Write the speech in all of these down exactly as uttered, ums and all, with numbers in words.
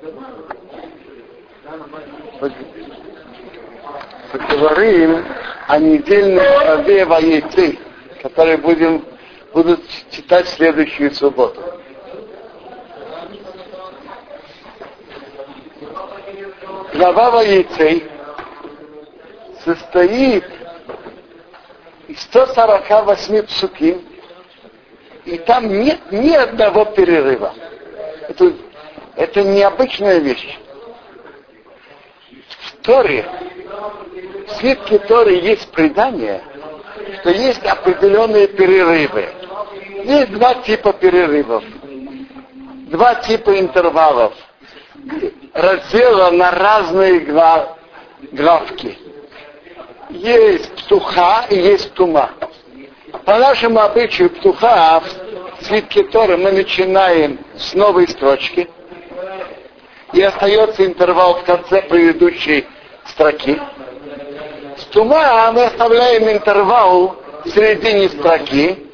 Поговорим о недельной главе Ваейцей, которые будем, будут читать в следующую субботу. Глава Ваейцей состоит из ста сорока восьми псуким, и там нет ни одного перерыва. Это, это необычная вещь. В Торе, в свитке Торы есть предание, что есть определенные перерывы. Есть два типа перерывов, два типа интервалов, раздела на разные глав, главки. Есть птуха и есть тума. По нашему обычаю птуха в свитке Торы мы начинаем с новой строчки, и остается интервал в конце предыдущей строки. С тума мы оставляем интервал в середине строки,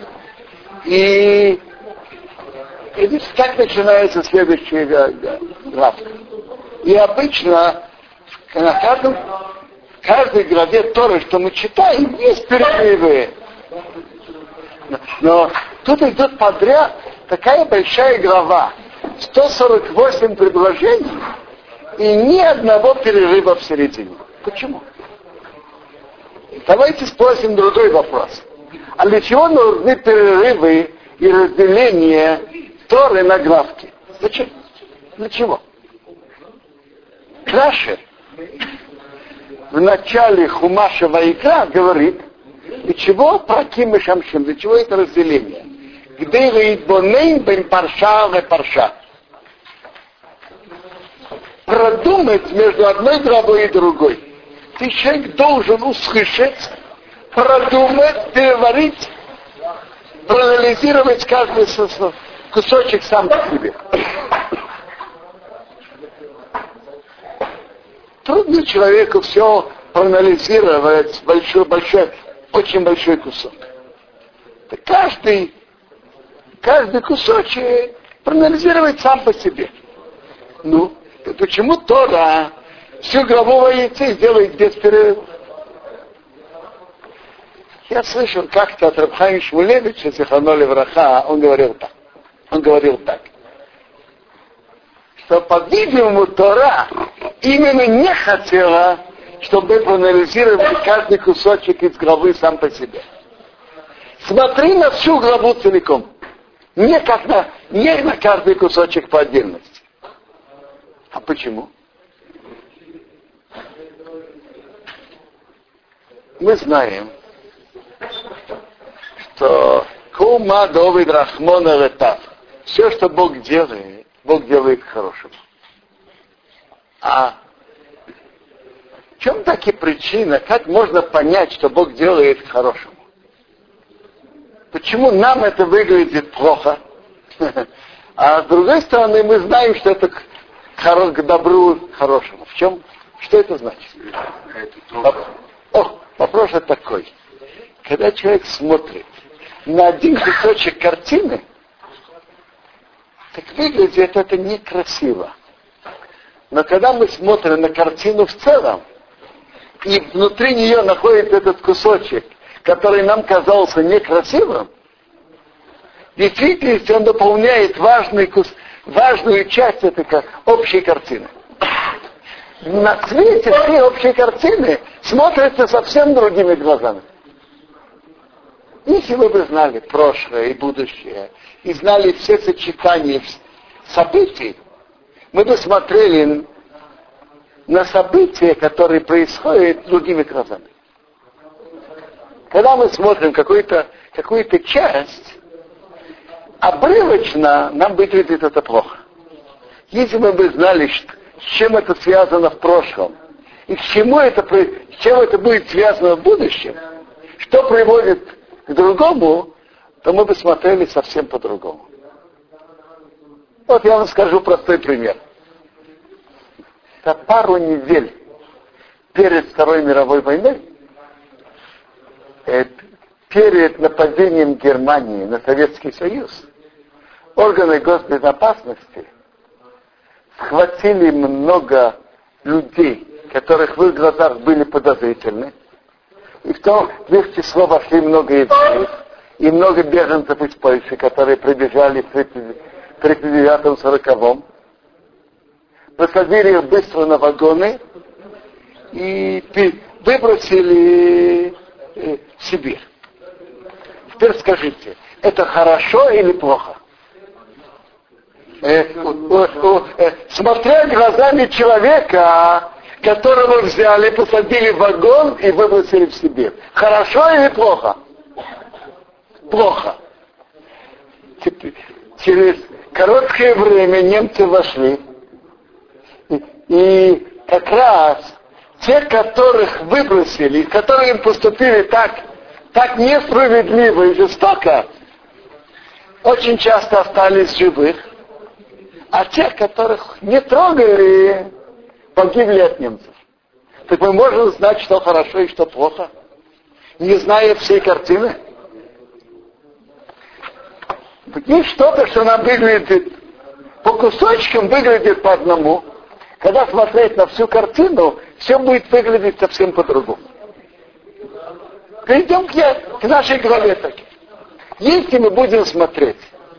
и, и так начинается следующая главка. И обычно на каждом, в каждой главе Торы, что мы читаем, есть перерывы. Но тут идет подряд такая большая глава, сто сорок восемь предложений и ни одного перерыва в середине. Почему? Давайте спросим другой вопрос. А для чего нужны перерывы и разделение Торы на главки? Зачем? Для чего? Раши в начале Хумаша Ваикра говорит, для чего праким и шамшим, для чего это разделение? Где реидбонейн бен парша и парша? Продумать между одной главой и другой. Ты, человек, должен услышать, продумать, переварить, проанализировать каждый кусочек сам по себе. Трудно человеку все проанализировать, большой, большой, очень большой кусок. Каждый, каждый кусочек проанализировать сам по себе. Ну, почему Тора всю главу Ваейцей делает без перерыва? Я слышал как-то от Рав Хаим Шмулевича, зихроно левраха, он говорил так. Он говорил так, что, по-видимому, Тора именно не хотела, чтобы мы проанализировали каждый кусочек из главы сам по себе. Смотри на всю главу целиком. Не, как на, не на каждый кусочек по отдельности. А почему? Мы знаем, что Кума Довид Рахмона Ретав. Все, что Бог делает, Бог делает к хорошему. А в чем таки причина, как можно понять, что Бог делает к хорошему? Почему нам это выглядит плохо? А с другой стороны, мы знаем, что это к добру, к хорошему. В чем? Что это значит? О, вопрос такой. Когда человек смотрит на один кусочек картины, так выглядит это некрасиво. Но когда мы смотрим на картину в целом, и внутри нее находится этот кусочек, который нам казался некрасивым, в действительности он дополняет важный кус, важную часть этой общей картины. На свете все общие картины смотрятся совсем другими глазами. Если вы бы знали прошлое и будущее, и знали все сочетания событий, мы бы смотрели на события, которые происходят другими глазами. Когда мы смотрим какую-то, какую-то часть, обрывочно нам выглядит это плохо. Если бы мы знали, с чем это связано в прошлом, и к чему это, с чем это будет связано в будущем, что приводит к другому, то мы бы смотрели совсем по-другому. Вот я вам скажу простой пример. За пару недель перед Второй мировой войной, перед нападением Германии на Советский Союз, органы госбезопасности захватили много людей, которых в их глазах были подозрительны. И в том в их число вошли много евреев и много беженцев из Польши, которые прибежали в тридцать девятом сороковом. Посадили их быстро на вагоны и выбросили в Сибирь. Теперь скажите, это хорошо или плохо? Э, э, э, смотря глазами человека, которого взяли, посадили в вагон и выбросили в Сибирь. Хорошо или плохо? Плохо. Через короткое время немцы вошли. И, и как раз те, которых выбросили, которые им поступили так, так несправедливо и жестоко, очень часто остались живых. А тех, которых не трогали, погибли от немцев. Так мы можем знать, что хорошо и что плохо, не зная всей картины. Есть что-то, что нам выглядит по кусочкам, выглядит по одному. Когда смотреть на всю картину, все будет выглядеть совсем по-другому. Перейдем к, к нашей главе таки. Если мы будем смотреть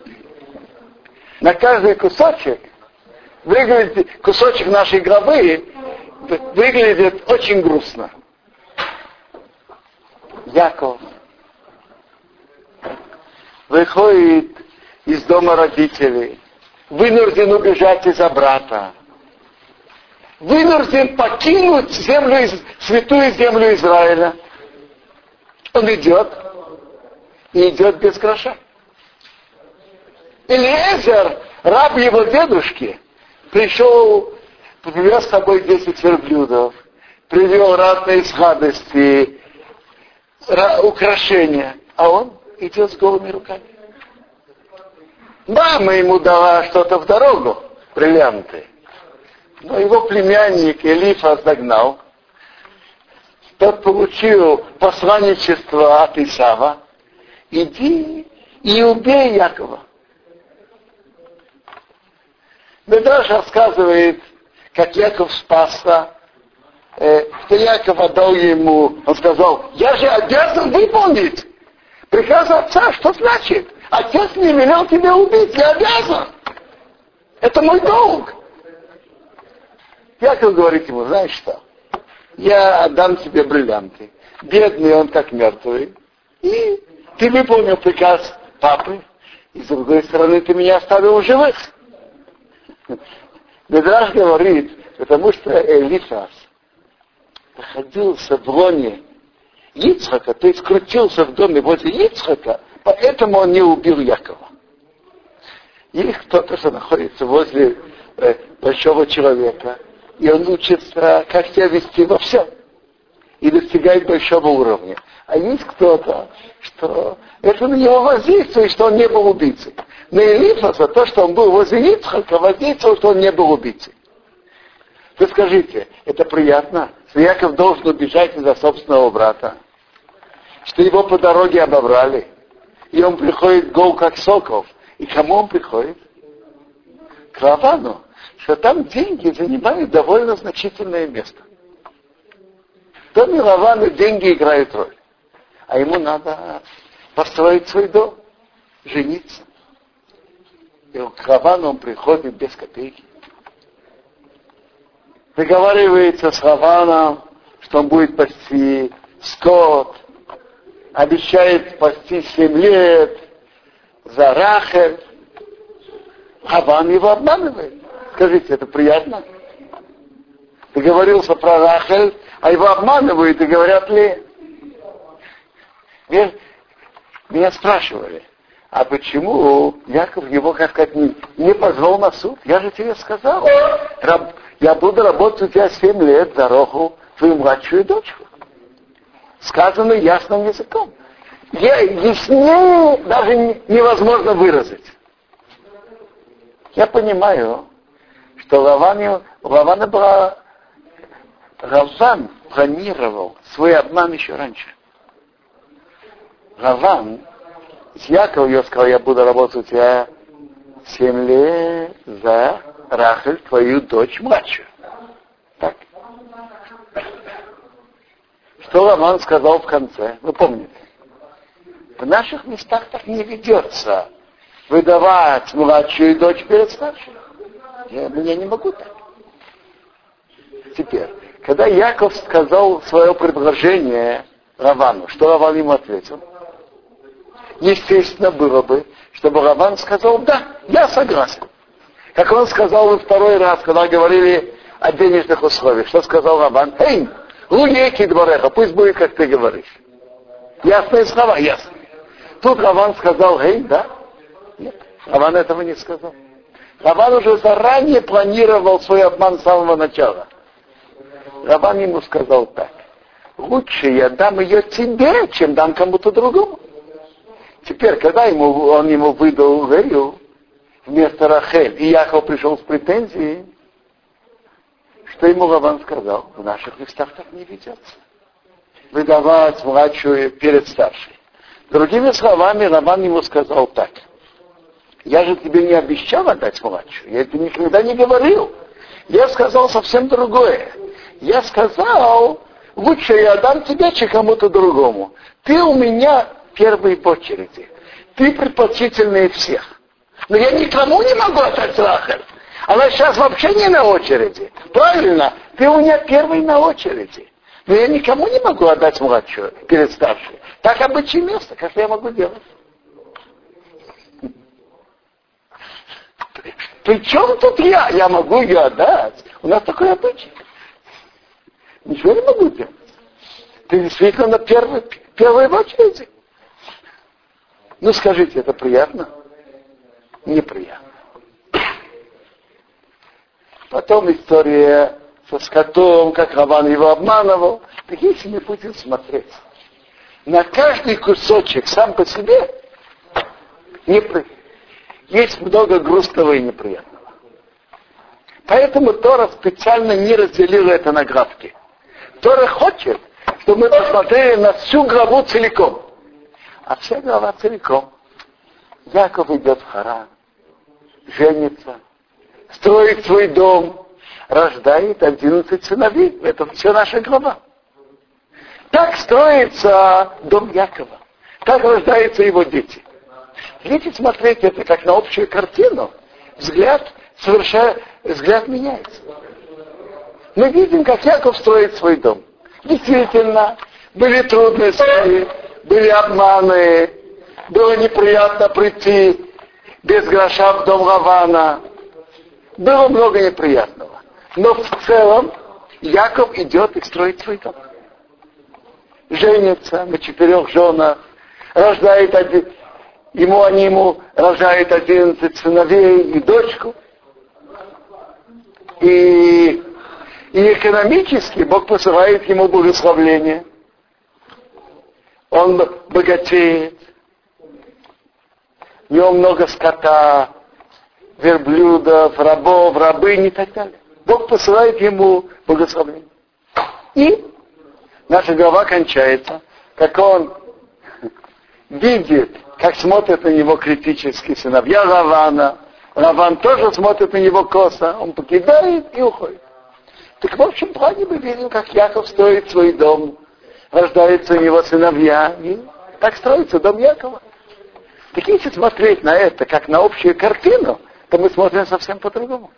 на каждый кусочек, выглядит, кусочек нашей главы выглядит очень грустно. Яков выходит из дома родителей, вынужден убежать из-за брата, вынужден покинуть землю, святую землю Израиля. Он идет, и идет без гроша. Элиэзер, раб его дедушки, пришел, привез с собой десять верблюдов, привел разные сладости, украшения, а он идет с голыми руками. Мама ему дала что-то в дорогу, бриллианты. Но его племянник Элифаз догнал. Тот получил посланничество от Исава. Иди и убей Якова. Медраш рассказывает, как Яков спасся, э, что Яков отдал ему, он сказал, я же обязан выполнить приказ отца. Что значит? Отец не велел тебя убить, я обязан. Это мой долг. Яков говорит ему, знаешь что, я отдам тебе бриллианты. Бедный он как мертвый. И ты выполнил приказ папы, и с другой стороны ты меня оставил в живых. Медраш говорит, потому что Элифаз находился в лоне Ицхака, то есть крутился в доме возле Ицхака, поэтому он не убил Якова. Есть кто-то, что находится возле э, большого человека, и он учится, как себя вести во всем, и достигает большого уровня. А есть кто-то, что это на него воздействует, что он не был убийцей. На Элифаза то, что он был возле Ицхака, воздействовало, что он не был убийцей. Вы скажите, это приятно, что Яков должен убежать из-за собственного брата, что его по дороге обобрали, и он приходит гол как сокол. И кому он приходит? К Лавану, что там деньги занимают довольно значительное место. В доме Лавана деньги играют роль. А ему надо построить свой дом, жениться. И к Лавану он приходит без копейки. Договаривается с Лаваном, что он будет пасти скот, обещает пасти семь лет за Рахель. Лаван его обманывает. Скажите, это приятно? Договорился про Рахель, а его обманывают и говорят ли? Меня, меня спрашивали, а почему Яков его, как сказать, не, не позвал на суд? Я же тебе сказал, раб, я буду работать у тебя семь лет за Роху, твою младшую дочку. Сказано ясным языком. Я, яснее даже невозможно выразить. Я понимаю, что Лаван, у Лавана была... Лаван планировал свой обман еще раньше. Лаван с Яковом я сказал, я буду работать у тебя семь лет за Рахель, твою дочь младшую. Так. Что Лаван сказал в конце? Вы помните? В наших местах так не ведется. Выдавать младшую дочь перед старшей. Я, я не могу так. Теперь, когда Яков сказал свое предложение Лавану, что Лаван ему ответил? Естественно было бы, чтобы Лаван сказал, да, я согласен. Как он сказал во второй раз, когда говорили о денежных условиях. Что сказал Лаван? Эй, луеки двореха, пусть будет, как ты говоришь. Ясные слова, ясно. Тут Лаван сказал, эй, да? Нет, Лаван этого не сказал. Лаван уже заранее планировал свой обман с самого начала. Лаван ему сказал так. Лучше я дам ее тебе, чем дам кому-то другому. Теперь, когда ему, он ему выдал Лею вместо Рахель, и Яков пришел с претензией, что ему Лаван сказал? В наших местах так не ведется. Выдавать младшую перед старшей. Другими словами, Лаван ему сказал так. Я же тебе не обещал отдать младшую. Я это никогда не говорил. Я сказал совсем другое. Я сказал, лучше я отдам тебе, чем кому-то другому. Ты у меня первый в очереди. Ты предпочтительнее всех. Но я никому не могу отдать Рахель. Она сейчас вообще не на очереди. Правильно? Ты у меня первый на очереди. Но я никому не могу отдать младшую перед старшей. Так обычное место. Как я могу делать? При чем тут я? Я могу ее отдать. У нас такой обычай. Ничего не могу делать. Ты действительно на первой, первой в очереди. Ну скажите, это приятно? Неприятно. Потом история со скотом, как Лаван его обманывал. Так если мы будем смотреть на каждый кусочек сам по себе, непри... есть много грустного и неприятного. Поэтому Тора специально не разделила это на главки. Тора хочет, чтобы мы посмотрели на всю главу целиком. А вся глава целиком. Яков идет в Харан, женится, строит свой дом, рождает одиннадцать сыновей. Это все наша глава. Так строится дом Якова. Так рождаются его дети. Если смотреть это как на общую картину, взгляд совершенно, взгляд меняется. Мы видим, как Яков строит свой дом. Действительно, были трудности, были обманы, было неприятно прийти без гроша в дом Лавана. Было много неприятного. Но в целом Яков идет и строит свой дом. Женится на четырех женах, рождает один, ему они ему рожают одиннадцать сыновей и дочку. И, и экономически Бог посылает ему благословление. Он богатеет. У него много скота, верблюдов, рабов, рабынь и так далее. Бог посылает ему благословение. И наша глава кончается, как он видит, как смотрят на него критически сыновья Лавана. Лаван тоже смотрит на него косо, он покидает и уходит. Так в общем плане мы видим, как Яков строит свой дом, рождаются у него сыновья, и так строится дом Якова. Так если смотреть на это как на общую картину, то мы смотрим совсем по-другому.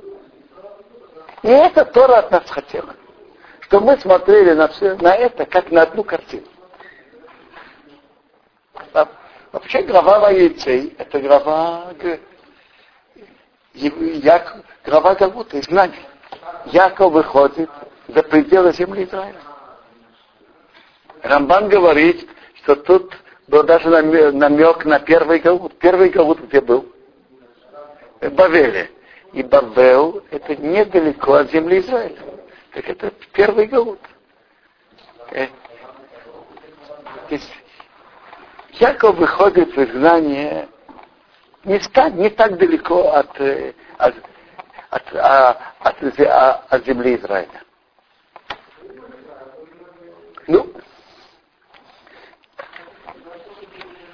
И это Тора от нас хотела. Что мы смотрели на все, на это как на одну картину. А вообще глава Ваецей, это глава, Як, глава Галута, изгнания. Яков выходит за пределы земли Израиля. Рамбан говорит, что тут был даже намек на первый Галут. Первый Галут где был? В Бавеле. И Бавел это недалеко от земли Израиля. Так это первый Галут. Яков выходит в изгнание не, так, не так далеко от, от, от, от, от, от земли Израиля. Ну,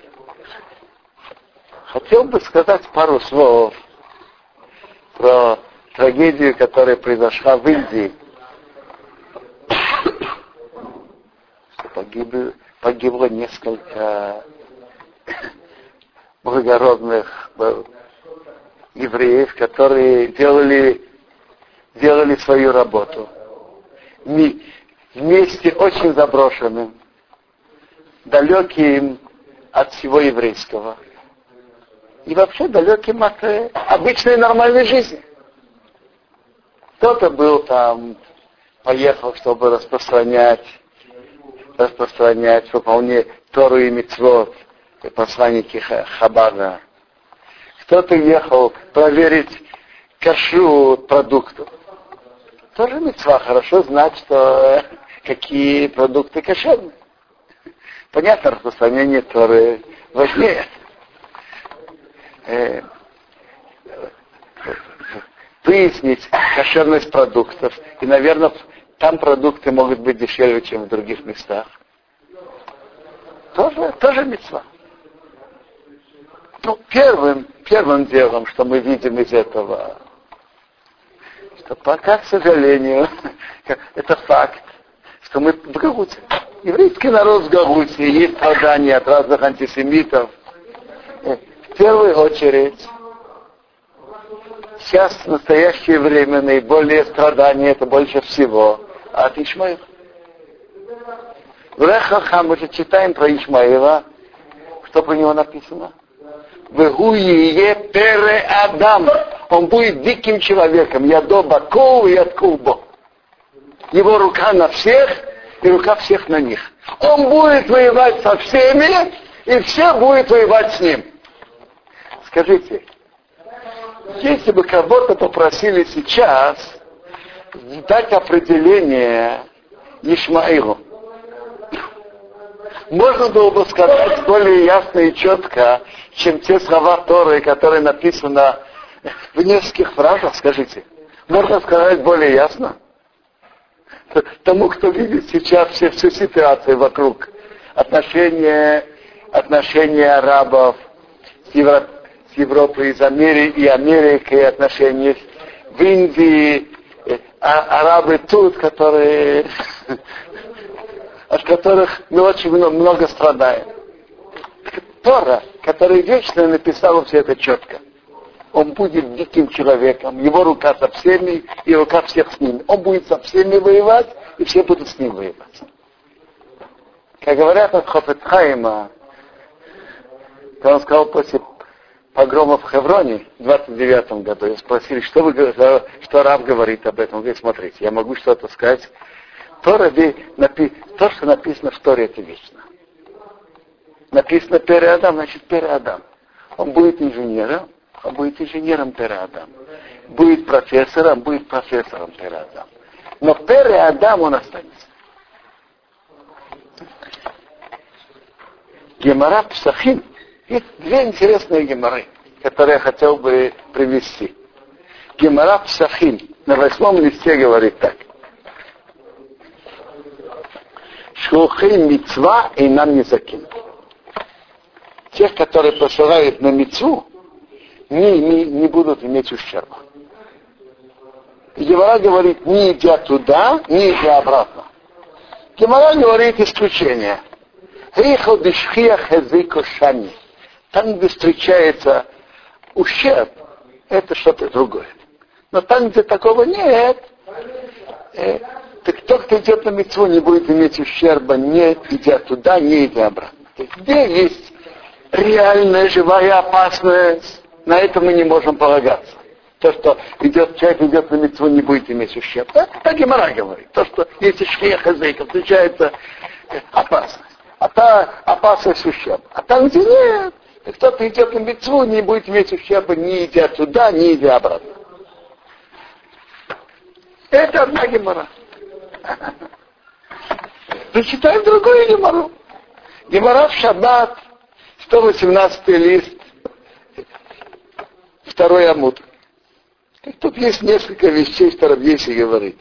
хотел бы сказать пару слов про трагедию, которая произошла в Индии. Погибло, погибло несколько благородных евреев, которые делали, делали свою работу. В месте очень заброшенным, далеким от всего еврейского. И вообще далеким от э, обычной нормальной жизни. Кто-то был там, поехал, чтобы распространять, распространять выполнение Тору и Мицвот, посланники Хабада. Кто-то ехал проверить кашрут продуктов. Тоже мицва, хорошо знать, что какие продукты кошерные. Понятно, распространение Торы важнее. Э, выяснить кошерность продуктов. И, наверное, там продукты могут быть дешевле, чем в других местах. Тоже, тоже мицва. Ну, первым, первым делом, что мы видим из этого, что пока, к сожалению, это факт, что мы в Галуте. Еврейский народ в Галуте, есть страдания от разных антисемитов. В первую очередь, сейчас в настоящее время наиболее страдания это больше всего от Ишмаила. В Рехаха мы же читаем про Ишмаила. Что про него написано? Вегуие пере Адам. Он будет диким человеком. Ядо бакоу и откубо. Его рука на всех, и рука всех на них. Он будет воевать со всеми, и все будут воевать с ним. Скажите, если бы кого-то попросили сейчас дать определение Ишмаилу, можно было бы сказать более ясно и четко, чем те слова Торы, которые написаны в нескольких фразах, скажите. Можно сказать более ясно? Тому, кто видит сейчас все, всю ситуацию вокруг, отношения, отношения арабов с, Евро, с Европой, из Америки, и Америкой, отношения в Индии, а, арабы тут, которые... от которых мы очень много, много страдаем. Тора, который вечно написал все это четко. Он будет диким человеком, его рука со всеми, и рука всех с ними. Он будет со всеми воевать, и все будут с ним воевать. Как говорят от Хофец Хаима, когда он сказал после погрома в Хевроне в двадцать девятом году, его спросили, что, вы, что раб говорит об этом. Он говорит, смотрите, я могу что-то сказать. Тора, то, что написано в Торе, это вечно. Написано Пере Адам, значит Пере Адам. Он будет инженером, он будет инженером Пере Адам. Будет профессором, будет профессором Пере Адам. Но Пере Адам он останется. Гемара Псахим. Есть две интересные геморы, которые я хотел бы привести. Гемара Псахим на восьмом листе говорит так. Шлухи мицва и нам не закин. Тех, которые посылают на мицву, не, не, не будут иметь ущерба. Гемара говорит, не идя туда, не идя обратно. Гемара говорит исключение. Там, где встречается ущерб, это что-то другое. Но там, где такого нет, э, так тот, кто идет на мицву, не будет иметь ущерба, не идя туда, не идя обратно. Где есть реальная, живая опасность, на это мы не можем полагаться. То, что идет, человек идет на мицву, не будет иметь ущерба. Это так Гемара говорит. То, что если шхия хазейка, встречается опасность. А та опасность ущерб. А там, где нет, кто-то идет на мицву, не будет иметь ущерба, не идя туда, не идя обратно. Это одна Гемара. Прочитаем другую Гемару. Гемара в Шаббат, сто восемнадцатый лист, второй амуд. Тут есть несколько вещей, что Рав Йоси говорит.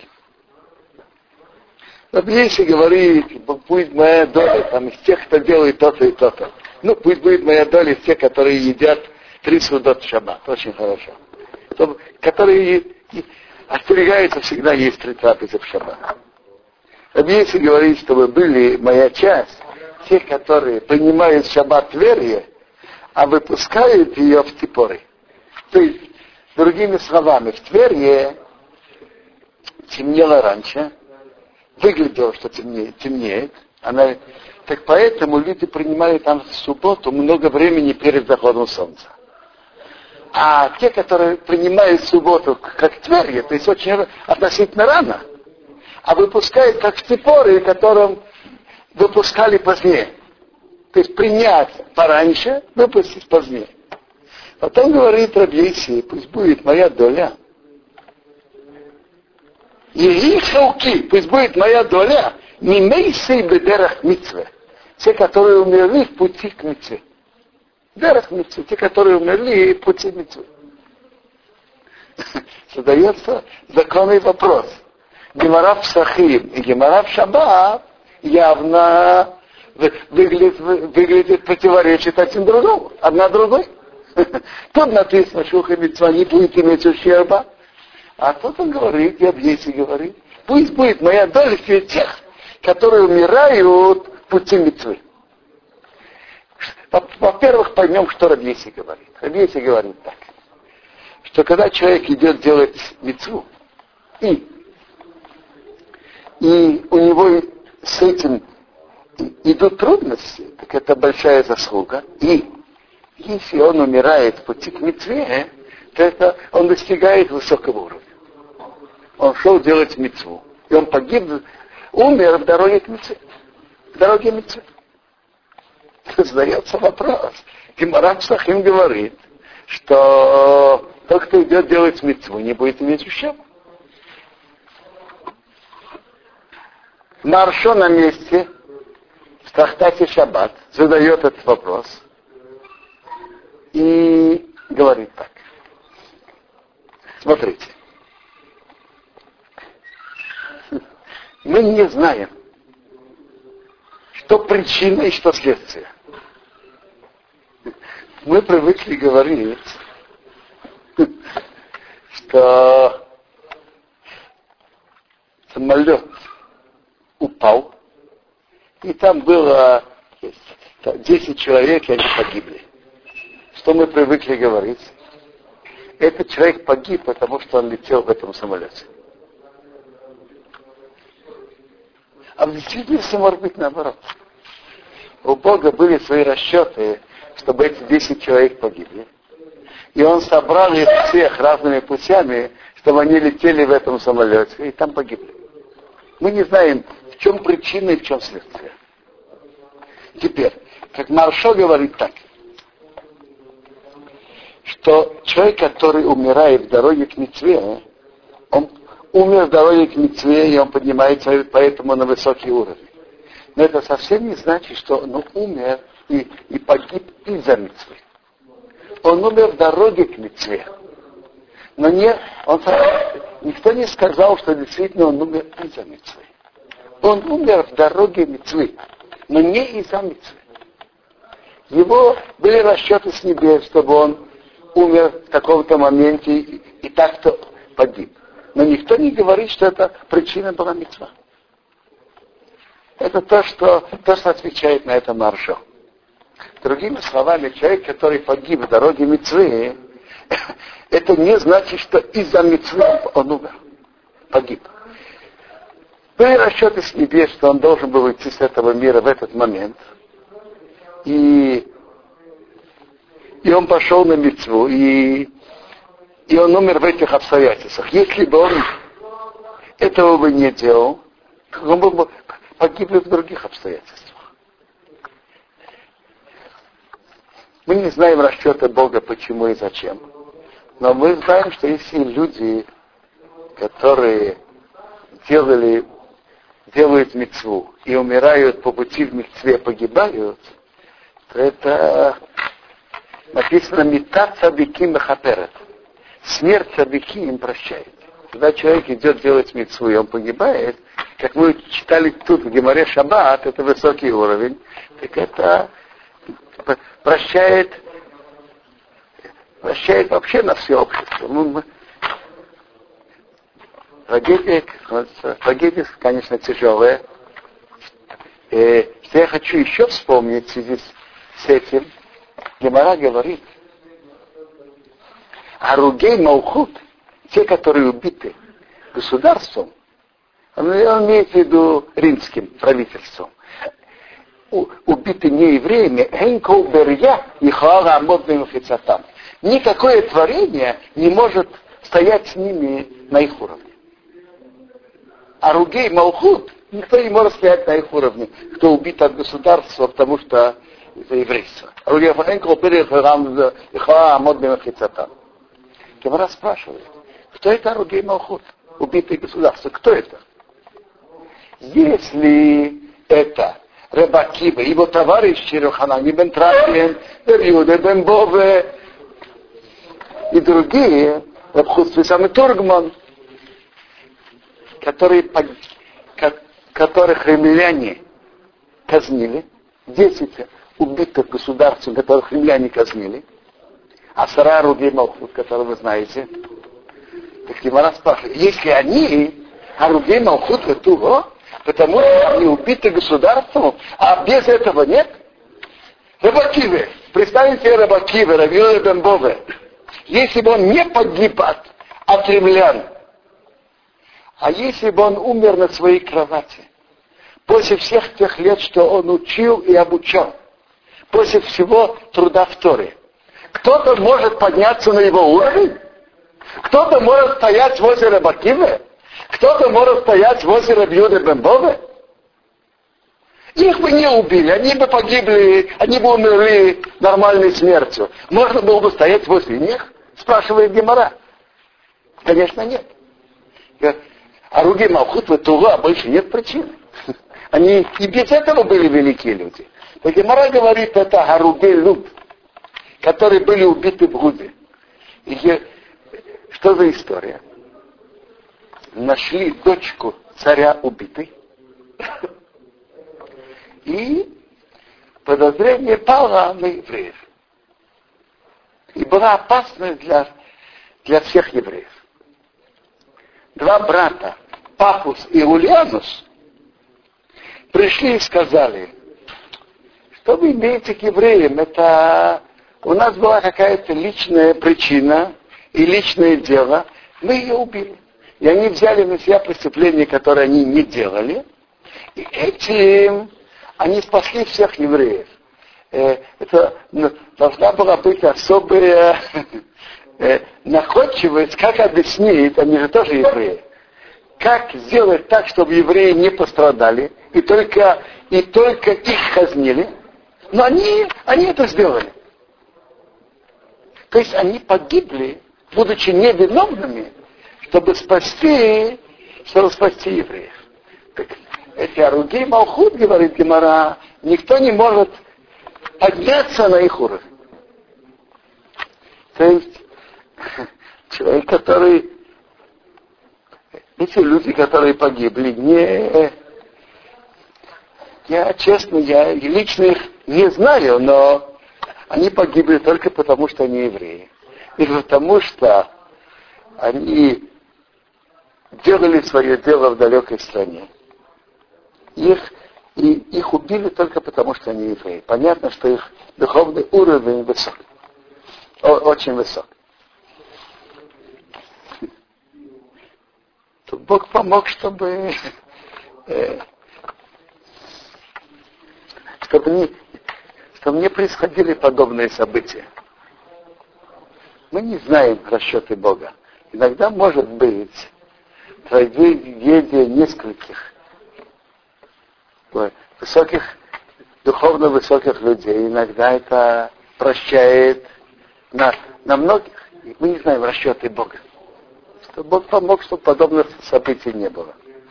Рав Йоси говорит, пусть моя доля там, из тех, кто делает то-то и то-то. Ну, пусть будет моя доля из тех, которые едят три судот в шаббат. Очень хорошо. Которые И остерегается всегда есть три трапезы в шаббат. Если говорить, чтобы были моя часть, те, которые принимают шаббат Тверье, а выпускают ее в Типоры. То есть, другими словами, в Тверье темнело раньше, выглядело, что темнеет, темнеет. Она, так поэтому люди принимали там в субботу много времени перед заходом солнца. А те, которые принимают субботу как Тверье, то есть очень относительно рано, а выпускают как в Типоры, которым выпускали позднее. То есть принять пораньше, выпустить позднее. Потом говорит Раби Йоси, пусть будет моя доля. И их шелки, пусть будет моя доля, не мейсы бедерах митцве. Те, которые умерли в пути к митцве. Дерах митцве, те, которые умерли в пути митцве. Задается законный вопрос. Гемара в Сахим и Гемара в Шаббат явно выглядит, выглядит противоречит один другому. Одна другой. Тут написано, что митцва не будет иметь ущерба. А тут он говорит, я Йоси говорит, пусть будет моя доля среди тех, которые умирают в пути митцвы. Во-первых, поймем, что Раби Йоси говорит. Раби Йоси говорит так, что когда человек идет делать митцву, и, и у него с этим идут трудности, так это большая заслуга. И если он умирает в пути к митцве, то это он достигает высокого уровня. Он шел делать митцву, и он погиб, умер в дороге к митцве. В дороге митцвы. Задается вопрос. Гемара в Сахим говорит, что тот, кто идет делать митцву, не будет иметь ущерба. Маршо на месте в трактате Шаббат задает этот вопрос и говорит так. Смотрите. Мы не знаем, что причина и что следствие. Мы привыкли говорить, что самолет упал, и там было десять человек, и они погибли. Что мы привыкли говорить? Этот человек погиб, потому что он летел в этом самолете. А в действительности может быть наоборот. У Бога были свои расчеты, чтобы эти десять человек погибли. И Он собрал их всех разными путями, чтобы они летели в этом самолете, и там погибли. Мы не знаем, в чем причина и в чем следствие. Теперь, как Маршо говорит так, что человек, который умирает в дороге к митцве, он умер в дороге к митцве, и он поднимается поэтому на высокий уровень. Но это совсем не значит, что он умер и, и погиб из-за митцвы. Он умер в дороге к митцве. Но не, он, никто не сказал, что действительно он умер из-за митцвы. Он умер в дороге митцвы, но не из-за митцвы. Его были расчеты с небес, чтобы он умер в таком-то моменте и, и так-то погиб. Но никто не говорит, что это причина была мицва. Это то, что, то, что отвечает на это Маршо. Другими словами, человек, который погиб в дороге мицвы, это не значит, что из-за мицвы он умер, погиб. Были расчеты с небес, что он должен был уйти с этого мира в этот момент. И, и он пошел на мицву, и И он умер в этих обстоятельствах. Если бы он этого бы не делал, он бы погиб в других обстоятельствах. Мы не знаем расчета Бога, почему и зачем. Но мы знаем, что если люди, которые делали, делают мицву и умирают по пути в мицве, погибают, то это написано «Митат цадиким мехаперет». Смерть цадики им прощает. Когда человек идет делать мицву, и он погибает, как мы читали тут в Гемаре Шаббат, это высокий уровень, так это прощает, прощает вообще на все общество. Мы, Трагедия, трагедия, конечно, тяжелая. И что я хочу еще вспомнить в связи с этим, Гемара говорит, Аругей Малхут, те, которые убиты государством, он имеет в виду римским правительством, убиты не евреями, никакое творение не может стоять с ними на их уровне. А Ругей Малхут, никто не может стоять на их уровне, кто убит от государства, потому что это еврейство. Гемара спрашивает, кто это Ругей Малхут, убитый государство, кто это? Если это Реб Акива, его товарищи Роханани бен Трахиен, Рюде бен Бове и другие, Реб Хуцви сам Тургман, которые, которых римляне казнили, десять убитых государств, которых римляне казнили, а Сара Ругей Малхут, которого вы знаете, так Гемара спрашивает, если они, а Ругей Малхут Ветуго, потому что они убиты государством, а без этого нет. Реб Акива, представьте себе Реб Акива, Рав Йода бен Бове, если бы он не погиб от, от римлян, а если бы он умер на своей кровати, после всех тех лет, что он учил и обучал, после всего труда в Торе, кто-то может подняться на его уровень? Кто-то может стоять возле Реб Акивы? Кто-то может стоять возле Рав Йоды бен Бове? Их бы не убили, они бы погибли, они бы умерли нормальной смертью. Можно было бы стоять возле них? Спрашивает Гемара. Конечно, нет. А Ругей Малхут Ветуго, а больше нет причин. Они и без этого были великие люди. Так Гемара говорит, это Харугей Луд, которые были убиты в Гуде. И что за история? Нашли дочку царя убитой, и подозрение пало на евреев. И была опасность для, для всех евреев. Два брата, Папус и Ульянус, пришли и сказали, что вы имеете к евреям, это у нас была какая-то личная причина и личное дело, мы ее убили. И они взяли на себя преступления, которые они не делали. И этим они спасли всех евреев. Это должна была быть особая находчивость, как объяснить, они же тоже евреи, как сделать так, чтобы евреи не пострадали, и только, и только их казнили. Но они, они это сделали. То есть они погибли, будучи невиновными, чтобы спасти, чтобы спасти евреев. Так, эти Аругей Малхут, говорит Гемара, никто не может подняться на их уровень. То есть человек, который, эти люди, которые погибли, не, я честно, я лично их не знаю, но они погибли только потому, что они евреи. И потому что они делали свое дело в далекой стране. Их, и их убили только потому, что они евреи. Понятно, что их духовный уровень высок. О, очень высок. Тут Бог помог, чтобы, э, чтобы, не, чтобы не происходили подобные события. Мы не знаем расчеты Бога. Иногда может быть трагедия нескольких высоких, духовно высоких людей. Иногда это прощает на, на многих. Мы не знаем расчеты Бога. Что Бог помог, чтобы подобных событий не было.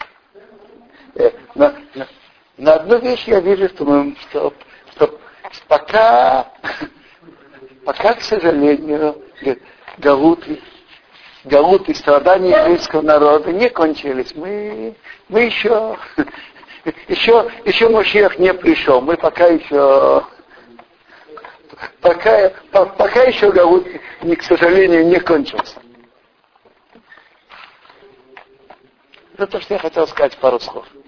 На, на, на одну вещь я вижу, что, мы, что, что пока, пока, к сожалению, галуты, галут и страдания еврейского народа не кончились. Мы, мы еще, еще, еще Мошиах не пришел. Мы пока еще, пока, пока еще галут, к сожалению, не кончился. Это то, что я хотел сказать пару слов.